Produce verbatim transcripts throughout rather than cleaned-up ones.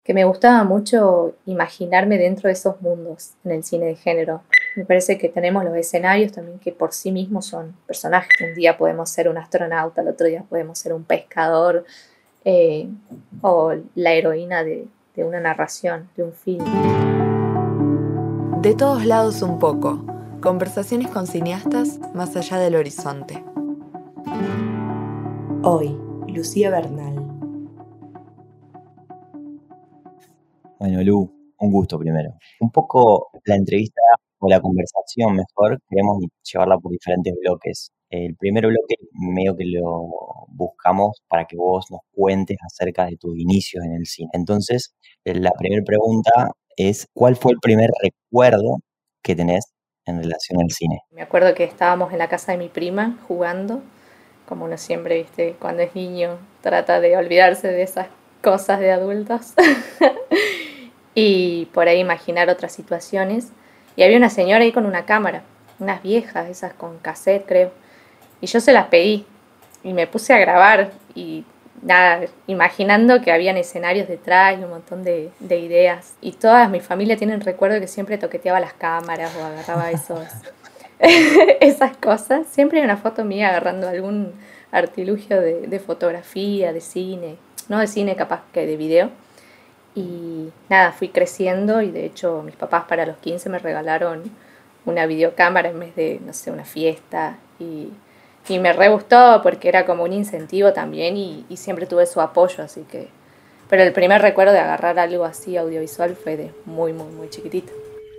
Que me gustaba mucho imaginarme dentro de esos mundos en el cine de género. Me parece que tenemos los escenarios también que por sí mismos son personajes. Un día podemos ser un astronauta, el otro día podemos ser un pescador, eh, o la heroína de, de una narración, de un film. De todos lados un poco. Conversaciones con cineastas más allá del horizonte. Hoy, Lucía Bernal. Bueno, Lu, un gusto primero. Un poco la entrevista o la conversación mejor, queremos llevarla por diferentes bloques. El primer bloque medio que lo buscamos para que vos nos cuentes acerca de tus inicios en el cine. Entonces, la primera pregunta es, ¿cuál fue el primer recuerdo que tenés en relación al cine? Me acuerdo que estábamos en la casa de mi prima jugando, como uno siempre, viste, cuando es niño trata de olvidarse de esas cosas de adultos y por ahí imaginar otras situaciones. Y había una señora ahí con una cámara, unas viejas, esas con cassette creo, y yo se las pedí y me puse a grabar y nada, imaginando que habían escenarios detrás y un montón de, de ideas. Y toda mi familia tiene un recuerdo que siempre toqueteaba las cámaras o agarraba esos, esas cosas. Siempre hay una foto mía agarrando algún artilugio de, de fotografía, de cine, no de cine capaz que de video. Y nada, fui creciendo y de hecho mis papás para los quince me regalaron una videocámara en vez de, no sé, una fiesta. Y, y me re gustó porque era como un incentivo también y, y siempre tuve su apoyo, así que... Pero el primer recuerdo de agarrar algo así audiovisual fue de muy, muy, muy chiquitita.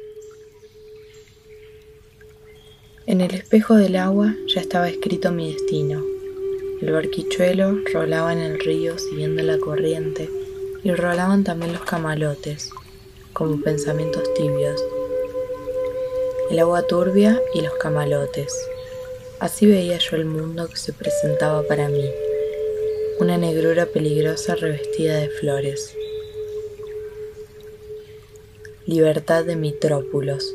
En el espejo del agua ya estaba escrito mi destino. El barquichuelo rolaba en el río siguiendo la corriente y rolaban también los camalotes, como pensamientos tibios. El agua turbia y los camalotes. Así veía yo el mundo que se presentaba para mí, una negrura peligrosa revestida de flores. Libertad de Mitrópulos.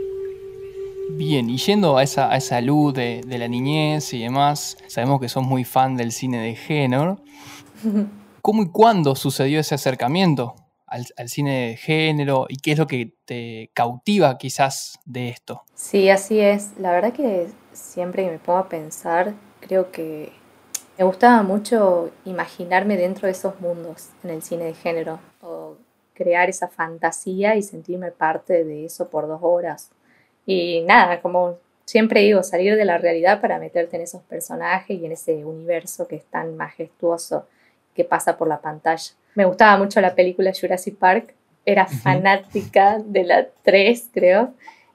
Bien, y yendo a esa, a esa luz de, de la niñez y demás, sabemos que sos muy fan del cine de género. ¿Cómo y cuándo sucedió ese acercamiento al, al cine de género y qué es lo que te cautiva quizás de esto? Sí, así es. La verdad que siempre que me pongo a pensar, creo que me gustaba mucho imaginarme dentro de esos mundos en el cine de género, o crear esa fantasía y sentirme parte de eso por dos horas. Y nada, como siempre digo, salir de la realidad para meterte en esos personajes y en ese universo que es tan majestuoso que pasa por la pantalla. Me gustaba mucho la película Jurassic Park, era uh-huh. fanática de la tres, creo,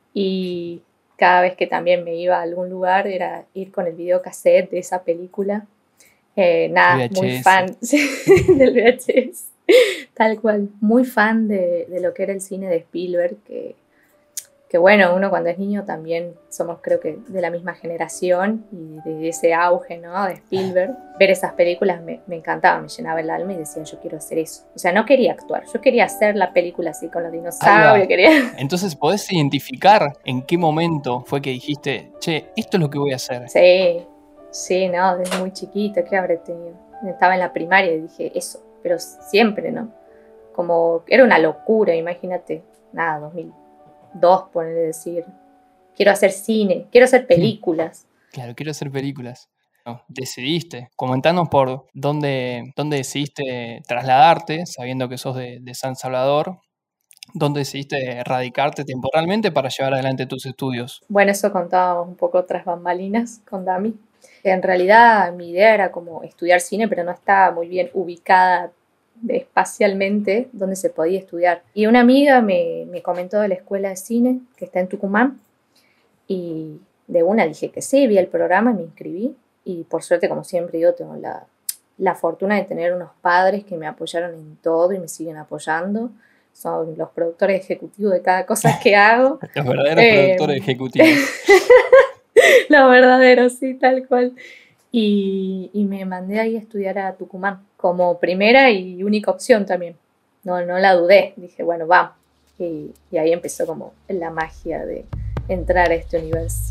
y cada vez que también me iba a algún lugar era ir con el videocassette de esa película. Eh, nada, V H S. Muy fan del V H S, tal cual, muy fan de, de lo que era el cine de Spielberg, que que bueno, uno cuando es niño también somos creo que de la misma generación y de ese auge, ¿no? De Spielberg. Ver esas películas me, me encantaba, me llenaba el alma y decía yo quiero hacer eso. O sea, no quería actuar, yo quería hacer la película así con los dinosaurios. Quería... Entonces, ¿podés identificar en qué momento fue que dijiste, che, esto es lo que voy a hacer? Sí, sí, no, desde muy chiquita, ¿qué habré tenido? Estaba en la primaria y dije eso, pero siempre, ¿no? Como era una locura, imagínate, nada, dos mil dos, ponerle decir, quiero hacer cine, quiero hacer películas. Claro, quiero hacer películas. No, decidiste. Comentanos por dónde, dónde decidiste trasladarte, sabiendo que sos de, de San Salvador, dónde decidiste radicarte temporalmente para llevar adelante tus estudios. Bueno, eso contábamos un poco tras bambalinas con Dami. En realidad mi idea era como estudiar cine, pero no estaba muy bien ubicada espacialmente donde se podía estudiar. Y una amiga me, me comentó de la escuela de cine que está en Tucumán y de una dije que sí, vi el programa y me inscribí y por suerte, como siempre yo tengo la, la fortuna de tener unos padres que me apoyaron en todo y me siguen apoyando. Son los productores ejecutivos de cada cosa que hago. Los verdaderos eh, productores ejecutivos. Los verdaderos, sí, tal cual. Y, y me mandé ahí a estudiar a Tucumán como primera y única opción también. No, no la dudé, dije, bueno, vamos. Y, y ahí empezó como la magia de entrar a este universo.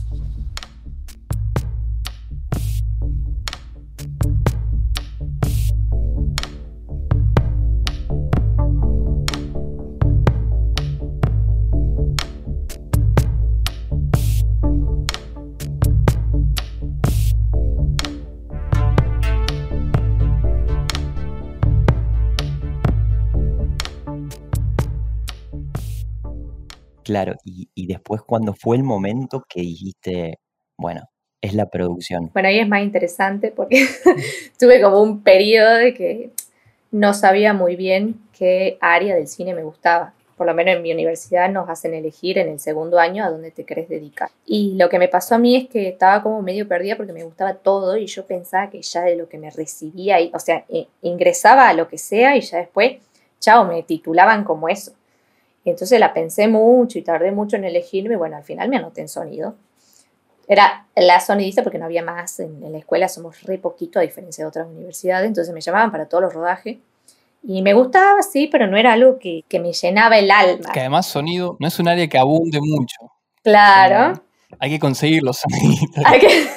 Claro, y, y después, ¿cuándo fue el momento que dijiste, bueno, es la producción? Bueno, ahí es más interesante porque tuve como un periodo de que no sabía muy bien qué área del cine me gustaba. Por lo menos en mi universidad nos hacen elegir en el segundo año a dónde te querés dedicar. Y lo que me pasó a mí es que estaba como medio perdida porque me gustaba todo y yo pensaba que ya de lo que me recibía, o sea, ingresaba a lo que sea y ya después, chao, me titulaban como eso. Y entonces la pensé mucho y tardé mucho en elegirme. Bueno, al final me anoté en sonido. Era la sonidista porque no había más en, en la escuela, somos re poquito a diferencia de otras universidades, entonces me llamaban para todos los rodajes. Y me gustaba, sí, pero no era algo que, que me llenaba el alma. Que además sonido no es un área que abunde mucho. Claro. Como, hay que conseguir los soniditos. Hay que...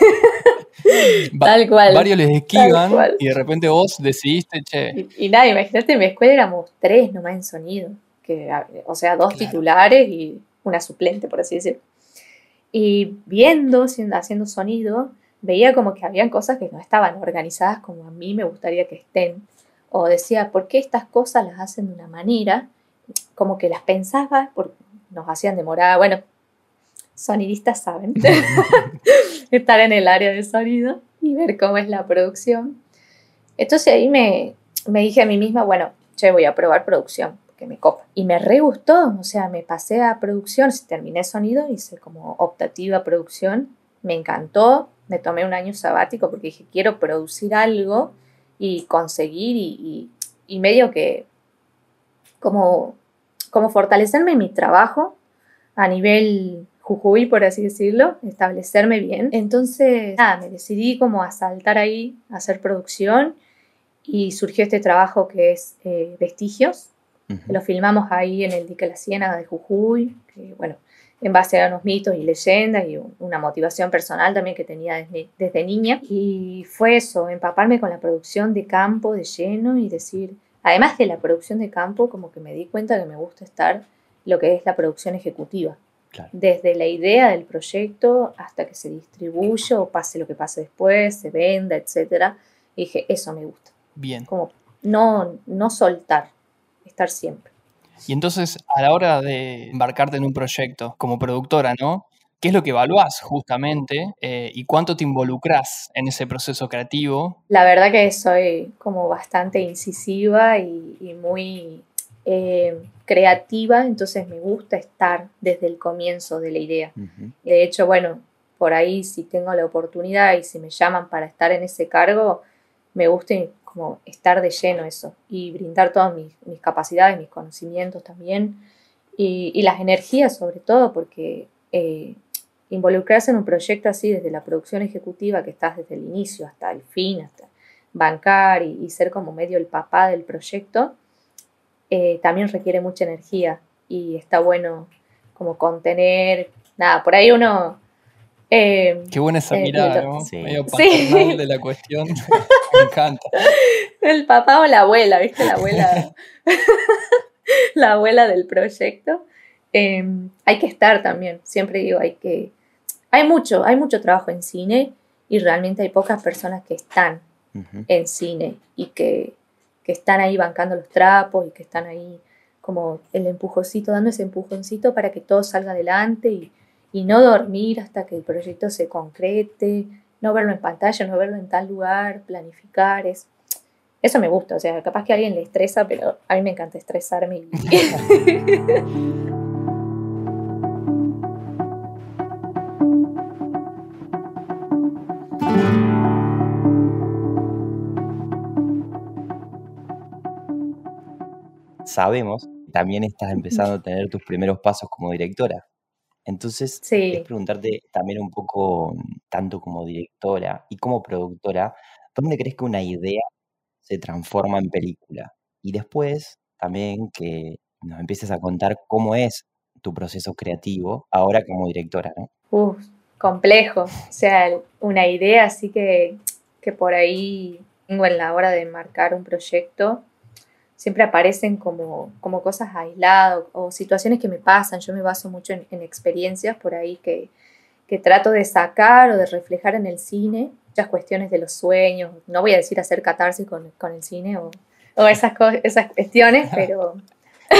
tal cual. Varios les esquivan y de repente vos decidiste, che. Y, y nada, imagínate, en mi escuela éramos tres nomás en sonido. Que, o sea, dos claro. titulares y una suplente, por así decirlo. Y viendo, haciendo sonido, veía como que habían cosas que no estaban organizadas como a mí me gustaría que estén. O decía, ¿por qué estas cosas las hacen de una manera? Como que las pensaba, porque nos hacían demorar. Bueno, sonidistas saben. Estar en el área de sonido y ver cómo es la producción. Entonces ahí me, me dije a mí misma, bueno, che, voy a probar producción, porque me copa. Y me re gustó, o sea, me pasé a producción, terminé sonido, hice como optativa producción, me encantó, me tomé un año sabático porque dije, quiero producir algo y conseguir y, y, y medio que como, como fortalecerme en mi trabajo a nivel Jujuy, por así decirlo, establecerme bien. Entonces, nada, me decidí como a saltar ahí, a hacer producción y surgió este trabajo que es eh, Vestigios. Uh-huh. Lo filmamos ahí en el dique La Ciénaga de Jujuy, que bueno, en base a unos mitos y leyendas y una motivación personal también que tenía desde, desde niña. Y fue eso, empaparme con la producción de campo de lleno y decir, además de la producción de campo, como que me di cuenta que me gusta estar lo que es la producción ejecutiva. Claro. Desde la idea del proyecto hasta que se distribuya o pase lo que pase después, se venda, etcétera. Y dije, eso me gusta. Bien. Como no, no soltar, estar siempre. Y entonces, a la hora de embarcarte en un proyecto como productora, ¿no? ¿Qué es lo que evaluás justamente eh, y cuánto te involucrás en ese proceso creativo? La verdad que soy como bastante incisiva y, y muy eh, creativa, entonces me gusta estar desde el comienzo de la idea. Uh-huh. De hecho, bueno, por ahí si tengo la oportunidad y si me llaman para estar en ese cargo, me gusta como estar de lleno eso y brindar todas mis, mis capacidades, mis conocimientos también y, y las energías sobre todo, porque eh, involucrarse en un proyecto así desde la producción ejecutiva, que estás desde el inicio hasta el fin, hasta bancar y, y ser como medio el papá del proyecto, eh, también requiere mucha energía y está bueno como contener, nada, por ahí uno... Eh, Qué buena esa eh, mirada, ¿no? Sí. Medio paternal sí. de la cuestión. Me encanta. El papá o la abuela, ¿viste? La abuela, la abuela del proyecto. Eh, hay que estar también, siempre digo, hay que... Hay mucho, hay mucho trabajo en cine y realmente hay pocas personas que están uh-huh. en cine y que, que están ahí bancando los trapos y que están ahí como el empujoncito, dando ese empujoncito para que todo salga adelante y y no dormir hasta que el proyecto se concrete, no verlo en pantalla, no verlo en tal lugar, planificar, es, eso me gusta, o sea, capaz que a alguien le estresa, pero a mí me encanta estresarme. Sabemos que también estás empezando a tener tus primeros pasos como directora. Entonces, sí. es preguntarte también un poco, tanto como directora y como productora, ¿dónde crees que una idea se transforma en película? Y después, también que nos empieces a contar cómo es tu proceso creativo ahora como directora, ¿no? Uf, complejo. O sea, una idea así que, que por ahí tengo en la hora de marcar un proyecto, siempre aparecen como, como cosas aisladas o situaciones que me pasan. Yo me baso mucho en, en experiencias por ahí que, que trato de sacar o de reflejar en el cine, muchas cuestiones de los sueños. No voy a decir hacer catarsis con, con el cine o, o esas, co- esas cuestiones, pero,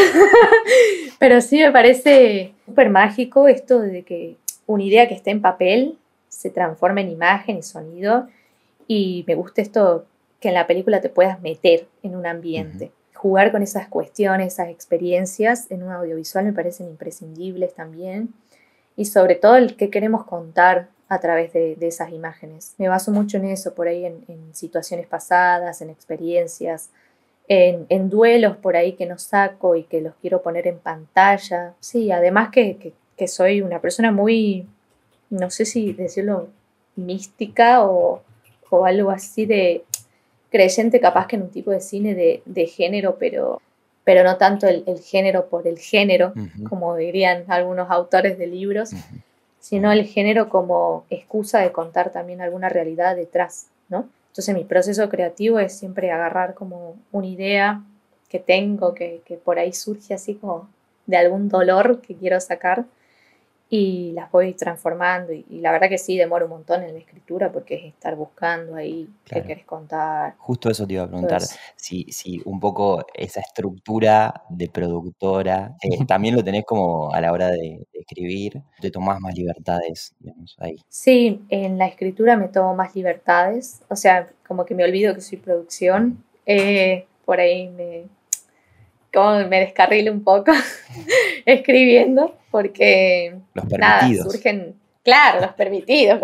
Pero sí me parece súper mágico esto de que una idea que esté en papel se transforma en imagen y sonido. Y me gusta esto que en la película te puedas meter en un ambiente. Uh-huh. Jugar con esas cuestiones, esas experiencias en un audiovisual me parecen imprescindibles también. Y sobre todo el que queremos contar a través de, de esas imágenes. Me baso mucho en eso, por ahí en, en situaciones pasadas, en experiencias, en, en duelos por ahí que no saco y que los quiero poner en pantalla. Sí, además que, que, que soy una persona muy, no sé si decirlo, mística o, o algo así de creyente capaz que en un tipo de cine de, de género, pero, pero no tanto el, el género por el género, uh-huh. como dirían algunos autores de libros, uh-huh. sino el género como excusa de contar también alguna realidad detrás, ¿no? Entonces mi proceso creativo es siempre agarrar como una idea que tengo, que, que por ahí surge así como de algún dolor que quiero sacar y las voy transformando y, y la verdad que sí demoro un montón en la escritura porque es estar buscando ahí claro. qué querés contar. Justo eso te iba a preguntar, si, si un poco esa estructura de productora eh, también lo tenés como a la hora de, de escribir, te tomás más libertades, digamos, ahí. Sí, en la escritura me tomo más libertades, o sea, como que me olvido que soy producción, eh, por ahí me, como me descarrilo un poco escribiendo, porque los permitidos. Nada, surgen, claro, los permitidos,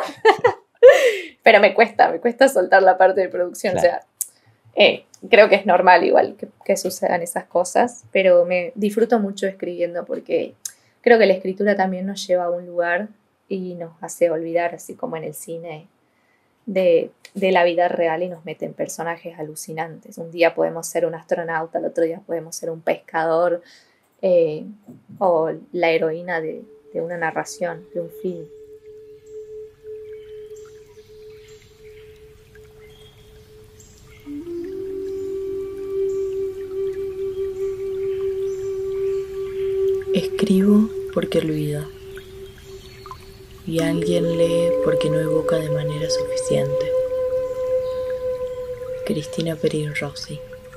pero me cuesta, me cuesta soltar la parte de producción, claro. o sea, eh, creo que es normal igual que, que sucedan esas cosas, pero me disfruto mucho escribiendo porque creo que la escritura también nos lleva a un lugar y nos hace olvidar, así como en el cine, de, de la vida real y nos mete en personajes alucinantes. Un día podemos ser un astronauta, el otro día podemos ser un pescador eh, o la heroína de, de una narración, de un film. Escribo porque olvido. Y alguien lee porque no evoca de manera suficiente. Cristina Perin Rossi.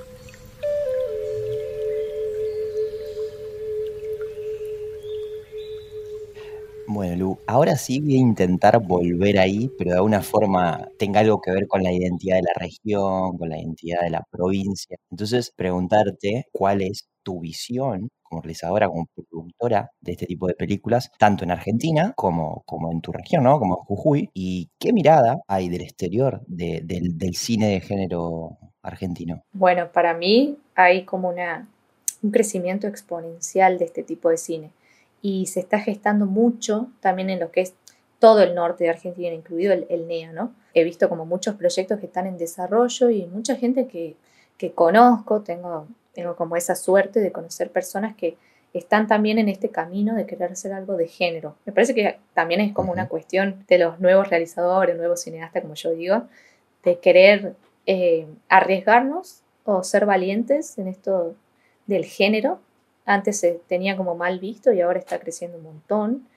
Bueno, Lu, ahora sí voy a intentar volver ahí, pero de alguna forma tenga algo que ver con la identidad de la región, con la identidad de la provincia. Entonces, preguntarte cuál es tu visión como realizadora, como productora de este tipo de películas, tanto en Argentina como, como en tu región, ¿no? Como en Jujuy, y qué mirada hay del exterior de, del, del cine de género argentino. Bueno, para mí hay como una, un crecimiento exponencial de este tipo de cine. Y se está gestando mucho también en lo que es todo el norte de Argentina, incluido el, el NEA, ¿no? He visto como muchos proyectos que están en desarrollo y mucha gente que, que conozco, tengo, tengo como esa suerte de conocer personas que están también en este camino de querer hacer algo de género. Me parece que también es como uh-huh. una cuestión de los nuevos realizadores, nuevos cineastas, como yo digo, de querer eh, arriesgarnos o ser valientes en esto del género. Antes se tenía como mal visto y ahora está creciendo un montón.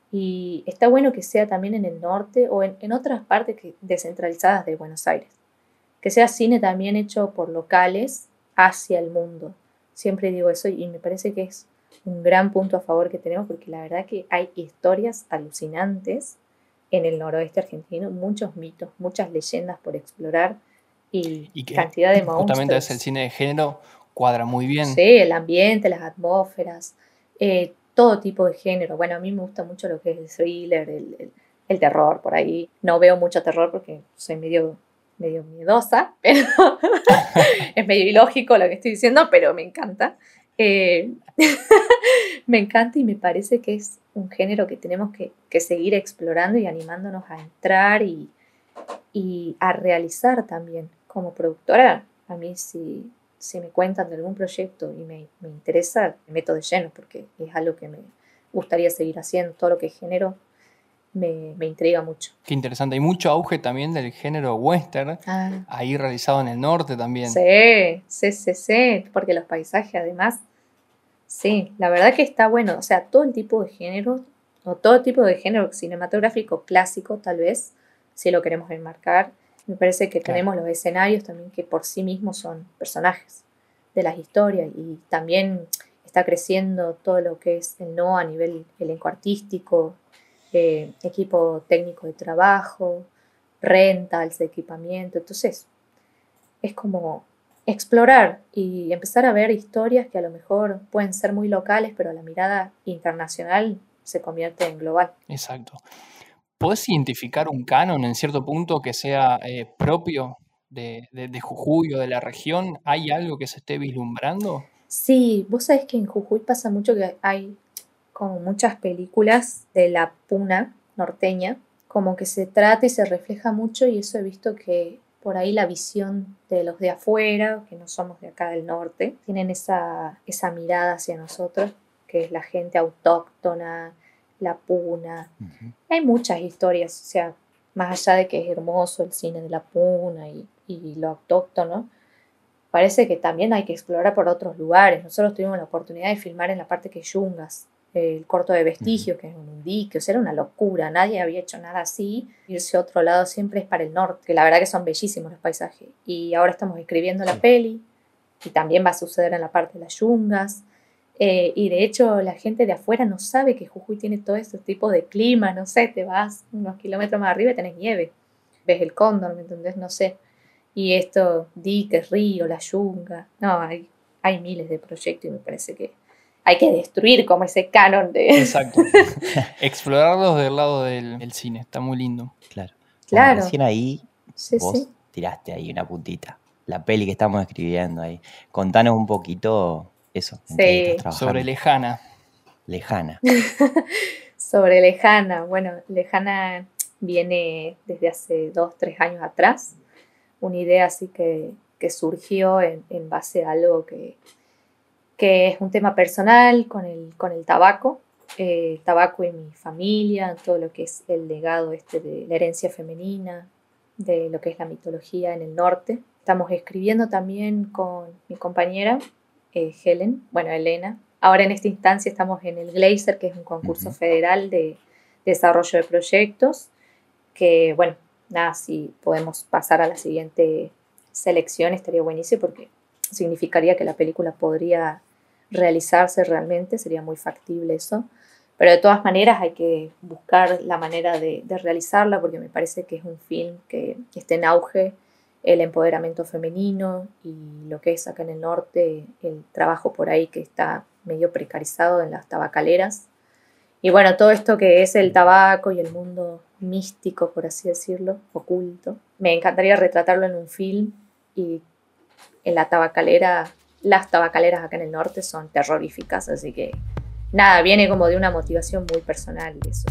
Y está bueno que sea también en el norte o en, en otras partes que, descentralizadas de Buenos Aires. Que sea cine también hecho por locales hacia el mundo. Siempre digo eso y me parece que es un gran punto a favor que tenemos porque la verdad que hay historias alucinantes en el noroeste argentino, muchos mitos, muchas leyendas por explorar y, y que cantidad de monstruos. Justamente es el cine de género. Cuadra muy bien. Sí, el ambiente, las atmósferas, eh, todo tipo de género. Bueno, a mí me gusta mucho lo que es el thriller, el, el, el terror, por ahí. No veo mucho terror porque soy medio, medio miedosa, pero es medio ilógico lo que estoy diciendo, pero me encanta. Eh, me encanta y me parece que es un género que tenemos que, que seguir explorando y animándonos a entrar y, y a realizar también. Como productora, a mí sí... Si me cuentan de algún proyecto y me, me interesa, me meto de lleno porque es algo que me gustaría seguir haciendo. Todo lo que género me, me intriga mucho. Qué interesante. Hay mucho auge también del género western, ah. ahí realizado en el norte también. Sí, sí, sí, sí, porque los paisajes además, sí, la verdad que está bueno. O sea, todo el tipo de género, o todo tipo de género cinematográfico clásico tal vez, si lo queremos enmarcar. Me parece que claro. tenemos los escenarios también que por sí mismos son personajes de las historias y también está creciendo todo lo que es el N O A a nivel elenco-artístico, eh, equipo técnico de trabajo, rentals de equipamiento. Entonces, es como explorar y empezar a ver historias que a lo mejor pueden ser muy locales, pero la mirada internacional se convierte en global. Exacto. ¿Podés identificar un canon en cierto punto que sea eh, propio de, de, de Jujuy o de la región? ¿Hay algo que se esté vislumbrando? Sí, vos sabés que en Jujuy pasa mucho que hay como muchas películas de la puna norteña, como que se trata y se refleja mucho, y eso he visto que por ahí la visión de los de afuera, que no somos de acá del norte, tienen esa, esa mirada hacia nosotros, que es la gente autóctona, la puna. Uh-huh. Hay muchas historias, o sea, más allá de que es hermoso el cine de la puna y, y lo autóctono, parece que también hay que explorar por otros lugares. Nosotros tuvimos la oportunidad de filmar en la parte que Yungas, el corto de Vestigio, uh-huh. que es un dique, o sea, era una locura, nadie había hecho nada así. Irse a otro lado siempre es para el norte, que la verdad que son bellísimos los paisajes. Y ahora estamos escribiendo la peli, y también va a suceder en la parte de las Yungas. Eh, y de hecho la gente de afuera no sabe que Jujuy tiene todo este tipo de clima, no sé, te vas unos kilómetros más arriba y tenés nieve, ves el cóndor, ¿me entendés? No sé. Y esto, diques, río, la yunga, no, hay, hay miles de proyectos y me parece que hay que destruir como ese canon de... Exacto. Explorarlos del lado del, del cine, está muy lindo. Claro. Claro. Bueno, recién ahí sí, vos sí. tiraste ahí una puntita, la peli que estamos escribiendo ahí. Contanos un poquito eso, en sí. qué estás trabajando. Sobre Lejana. Lejana. Sobre Lejana, bueno, Lejana viene desde hace dos, tres años atrás. Una idea así que, que surgió en, en base a algo que, que es un tema personal con el, con el tabaco, eh, el tabaco y mi familia, todo lo que es el legado este de la herencia femenina, de lo que es la mitología en el norte. Estamos escribiendo también con mi compañera, eh, Helen, bueno, Elena. Ahora en esta instancia estamos en el Glaser, que es un concurso uh-huh. federal de desarrollo de proyectos, que bueno, nada, si podemos pasar a la siguiente selección estaría buenísimo porque significaría que la película podría realizarse realmente, sería muy factible eso, pero de todas maneras hay que buscar la manera de, de realizarla porque me parece que es un film que, que está en auge el empoderamiento femenino y lo que es acá en el norte, el trabajo por ahí que está medio precarizado en las tabacaleras. Y bueno, todo esto que es el tabaco y el mundo místico, por así decirlo, oculto. Me encantaría retratarlo en un film y en la tabacalera, las tabacaleras acá en el norte son terroríficas, así que nada, viene como de una motivación muy personal eso.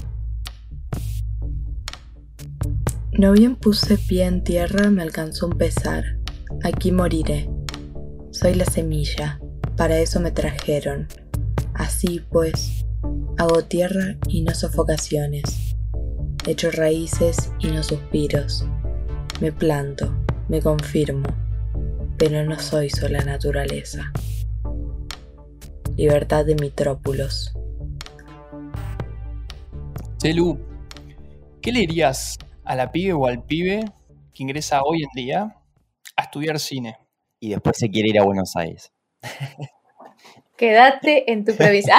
No bien puse pie en tierra, me alcanzó un pesar. Aquí moriré. Soy la semilla, para eso me trajeron. Así pues, hago tierra y no sofocaciones. Echo raíces y no suspiros. Me planto, me confirmo, pero no soy sola naturaleza. Libertad de Mitrópulos. Chelu, ¿qué le dirías a la pibe o al pibe que ingresa hoy en día a estudiar cine? Y después se quiere ir a Buenos Aires. Quédate en tu provincia.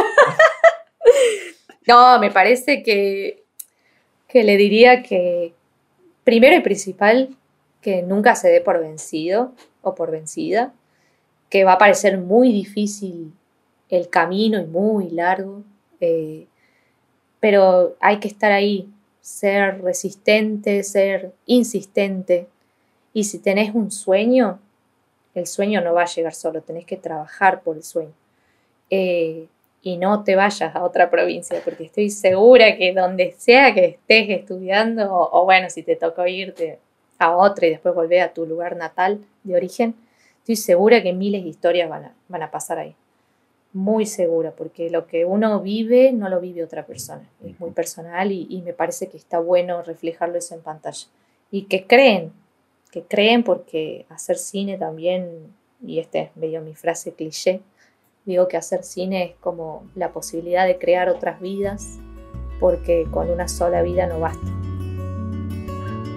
No, me parece que, que le diría que, primero y principal, que nunca se dé por vencido o por vencida, que va a parecer muy difícil el camino y muy largo, eh, pero hay que estar ahí, ser resistente, ser insistente, y si tenés un sueño, el sueño no va a llegar solo, tenés que trabajar por el sueño. Eh, y no te vayas a otra provincia, porque estoy segura que donde sea que estés estudiando, o, o bueno, si te tocó irte a otra y después volver a tu lugar natal de origen, estoy segura que miles de historias van a, van a pasar ahí. Muy segura, porque lo que uno vive no lo vive otra persona. Es muy personal y, y me parece que está bueno reflejarlo eso en pantalla. Y que creen, que creen porque hacer cine también, y esta es medio mi frase cliché, digo que hacer cine es como la posibilidad de crear otras vidas, porque con una sola vida no basta.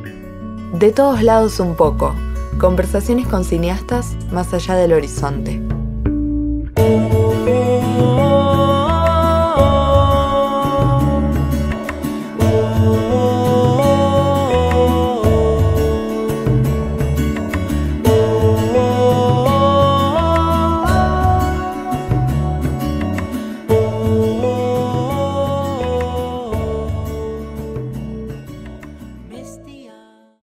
De todos lados un poco. Conversaciones con cineastas más allá del horizonte.